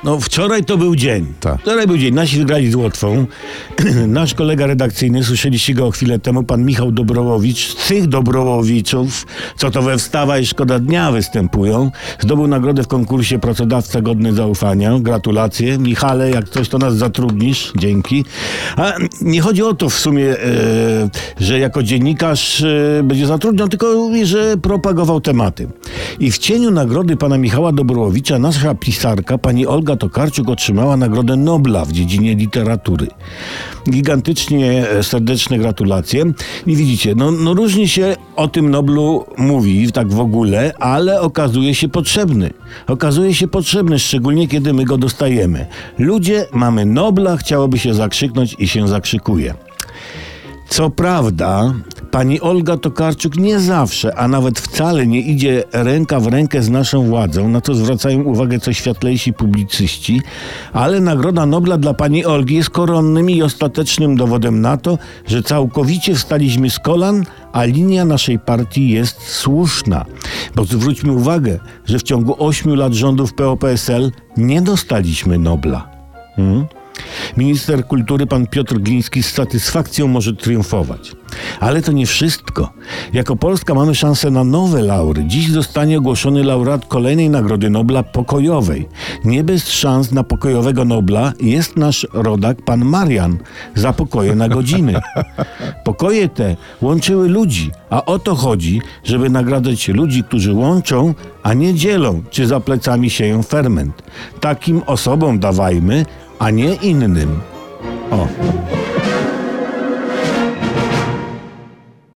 No wczoraj to był dzień. Tak. Wczoraj był dzień. Nasi wygrali z Łotwą. Nasz kolega redakcyjny, słyszeliście go chwilę temu, pan Michał Dobrołowicz, z tych Dobrołowiczów, co to we Wstawa i Szkoda Dnia występują, zdobył nagrodę w konkursie Pracodawca Godny Zaufania. Gratulacje. Michale, jak coś to nas zatrudnisz. Dzięki. A nie chodzi o to w sumie, że jako dziennikarz będzie zatrudniał, tylko że propagował tematy. I w cieniu nagrody pana Michała Dobrołowicza nasza pisarka, pani Olga Tokarczuk, otrzymała Nagrodę Nobla w dziedzinie literatury. Gigantycznie serdeczne gratulacje. I widzicie, no różnie się o tym Noblu mówi, tak w ogóle, ale okazuje się potrzebny. Okazuje się potrzebny, szczególnie kiedy my go dostajemy. Ludzie, mamy Nobla, chciałoby się zakrzyknąć i się zakrzykuje. Co prawda, pani Olga Tokarczuk nie zawsze, a nawet wcale nie idzie ręka w rękę z naszą władzą, na to zwracają uwagę co światlejsi publicyści, ale Nagroda Nobla dla pani Olgi jest koronnym i ostatecznym dowodem na to, że całkowicie wstaliśmy z kolan, a linia naszej partii jest słuszna. Bo zwróćmy uwagę, że w ciągu 8 lat rządów PO-PSL nie dostaliśmy Nobla. Minister kultury pan Piotr Gliński z satysfakcją może triumfować. Ale to nie wszystko. Jako Polska mamy szansę na nowe laury. Dziś zostanie ogłoszony laureat kolejnej Nagrody Nobla pokojowej. Nie bez szans na pokojowego Nobla jest nasz rodak pan Marian za pokoje na godziny. Pokoje te łączyły ludzi, a o to chodzi, żeby nagradzać ludzi, którzy łączą, a nie dzielą, czy za plecami sieją ferment. Takim osobom dawajmy, a nie innym. O.